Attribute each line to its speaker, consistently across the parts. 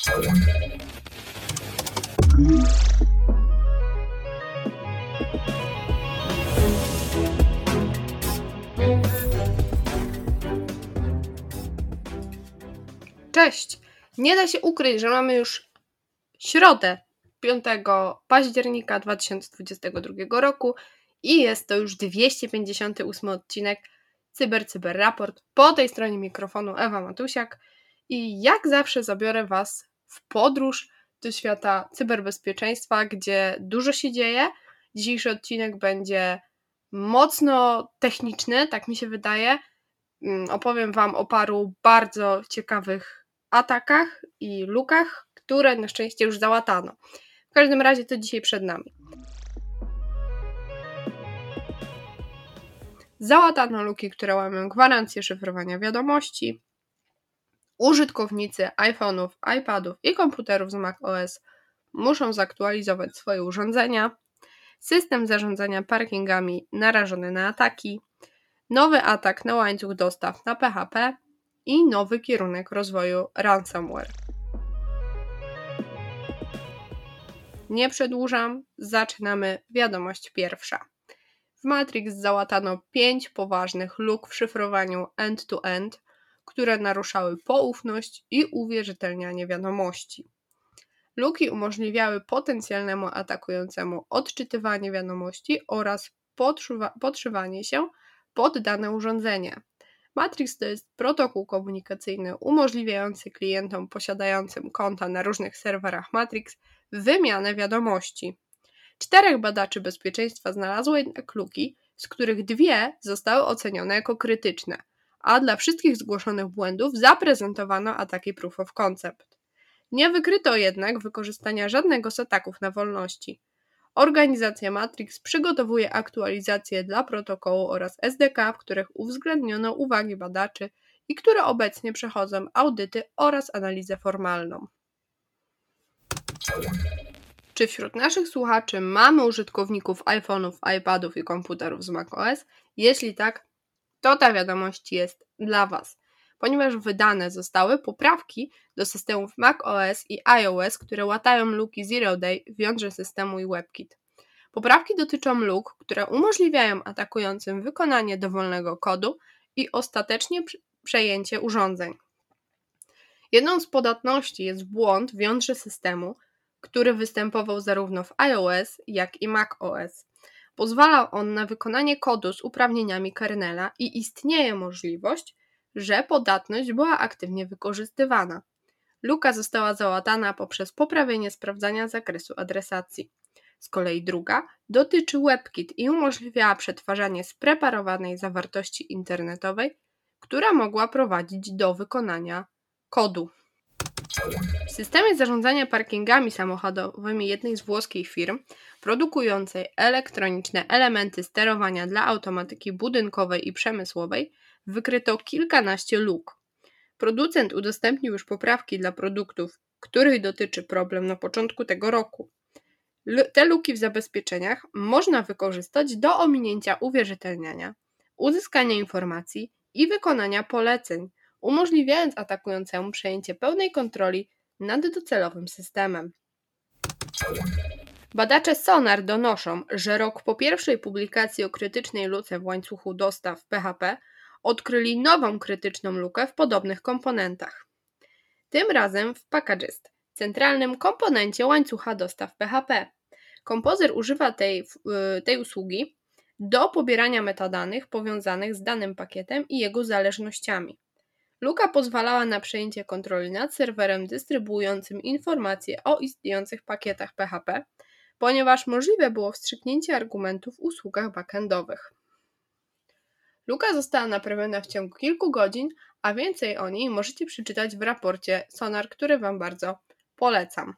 Speaker 1: Cześć! Nie da się ukryć, że mamy już środę 5 października 2022 roku i jest to już 258 odcinek Cyber Raport. Po tej stronie mikrofonu Ewa Matusiak i jak zawsze zabiorę Was w podróż do świata cyberbezpieczeństwa, gdzie dużo się dzieje. Dzisiejszy odcinek będzie mocno techniczny, tak mi się wydaje. Opowiem Wam o paru bardzo ciekawych atakach i lukach, które na szczęście już załatano. W każdym razie to dzisiaj przed nami. Załatano luki, które łamią gwarancję szyfrowania wiadomości. Użytkownicy iPhone'ów, iPadów i komputerów z macOS muszą zaktualizować swoje urządzenia. System zarządzania parkingami narażony na ataki. Nowy atak na łańcuch dostaw na PHP i nowy kierunek rozwoju ransomware. Nie przedłużam, zaczynamy wiadomość pierwsza. W Matrix załatano 5 poważnych luk w szyfrowaniu end-to-end, które naruszały poufność i uwierzytelnianie wiadomości. Luki umożliwiały potencjalnemu atakującemu odczytywanie wiadomości oraz podszywanie się pod dane urządzenie. Matrix to jest protokół komunikacyjny umożliwiający klientom posiadającym konta na różnych serwerach Matrix wymianę wiadomości. 4 badaczy bezpieczeństwa znalazło jednak luki, z których 2 zostały ocenione jako krytyczne, a dla wszystkich zgłoszonych błędów zaprezentowano ataki Proof of Concept. Nie wykryto jednak wykorzystania żadnego z ataków na wolności. Organizacja Matrix przygotowuje aktualizacje dla protokołu oraz SDK, w których uwzględniono uwagi badaczy i które obecnie przechodzą audyty oraz analizę formalną. Czy wśród naszych słuchaczy mamy użytkowników iPhone'ów, iPadów i komputerów z macOS? Jeśli tak, to ta wiadomość jest dla Was, ponieważ wydane zostały poprawki do systemów macOS i iOS, które łatają luki Zero Day w jądrze systemu i WebKit. Poprawki dotyczą luk, które umożliwiają atakującym wykonanie dowolnego kodu i ostatecznie przejęcie urządzeń. Jedną z podatności jest błąd w jądrze systemu, który występował zarówno w iOS, jak i macOS. Pozwalał on na wykonanie kodu z uprawnieniami kernela i istnieje możliwość, że podatność była aktywnie wykorzystywana. Luka została załatana poprzez poprawienie sprawdzania zakresu adresacji. Z kolei druga dotyczy WebKit i umożliwiała przetwarzanie spreparowanej zawartości internetowej, która mogła prowadzić do wykonania kodu. W systemie zarządzania parkingami samochodowymi jednej z włoskich firm produkującej elektroniczne elementy sterowania dla automatyki budynkowej i przemysłowej wykryto kilkanaście luk. Producent udostępnił już poprawki dla produktów, których dotyczy problem na początku tego roku. Te luki w zabezpieczeniach można wykorzystać do ominięcia uwierzytelniania, uzyskania informacji i wykonania poleceń, umożliwiając atakującemu przejęcie pełnej kontroli nad docelowym systemem. Badacze Sonar donoszą, że rok po pierwszej publikacji o krytycznej luce w łańcuchu dostaw PHP odkryli nową krytyczną lukę w podobnych komponentach. Tym razem w Packagist, centralnym komponencie łańcucha dostaw PHP. Kompozyr używa tej usługi do pobierania metadanych powiązanych z danym pakietem i jego zależnościami. Luka pozwalała na przejęcie kontroli nad serwerem dystrybuującym informacje o istniejących pakietach PHP, ponieważ możliwe było wstrzyknięcie argumentów w usługach backendowych. Luka została naprawiona w ciągu kilku godzin, a więcej o niej możecie przeczytać w raporcie Sonar, który Wam bardzo polecam.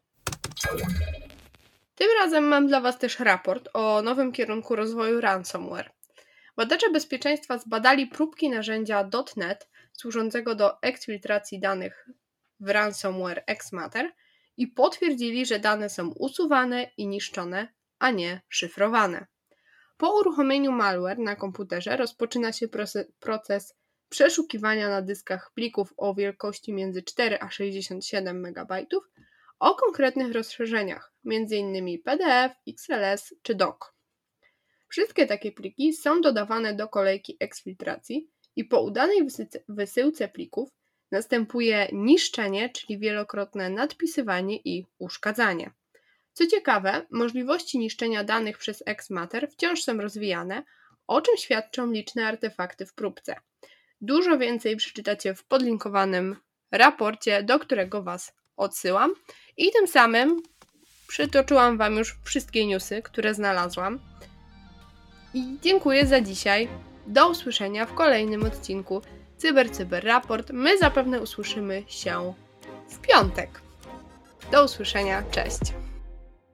Speaker 1: Tym razem mam dla Was też raport o nowym kierunku rozwoju ransomware. Badacze bezpieczeństwa zbadali próbki narzędzia .NET służącego do eksfiltracji danych w ransomware Xmatter i potwierdzili, że dane są usuwane i niszczone, a nie szyfrowane. Po uruchomieniu malware na komputerze rozpoczyna się proces przeszukiwania na dyskach plików o wielkości między 4 a 67 MB o konkretnych rozszerzeniach, m.in. PDF, XLS czy DOC. Wszystkie takie pliki są dodawane do kolejki eksfiltracji i po udanej wysyłce plików następuje niszczenie, czyli wielokrotne nadpisywanie i uszkadzanie. Co ciekawe, możliwości niszczenia danych przez Xmater wciąż są rozwijane, o czym świadczą liczne artefakty w próbce. Dużo więcej przeczytacie w podlinkowanym raporcie, do którego Was odsyłam. I tym samym przytoczyłam Wam już wszystkie newsy, które znalazłam. I dziękuję za dzisiaj. Do usłyszenia w kolejnym odcinku Cyber Raport. My zapewne usłyszymy się w piątek. Do usłyszenia, cześć!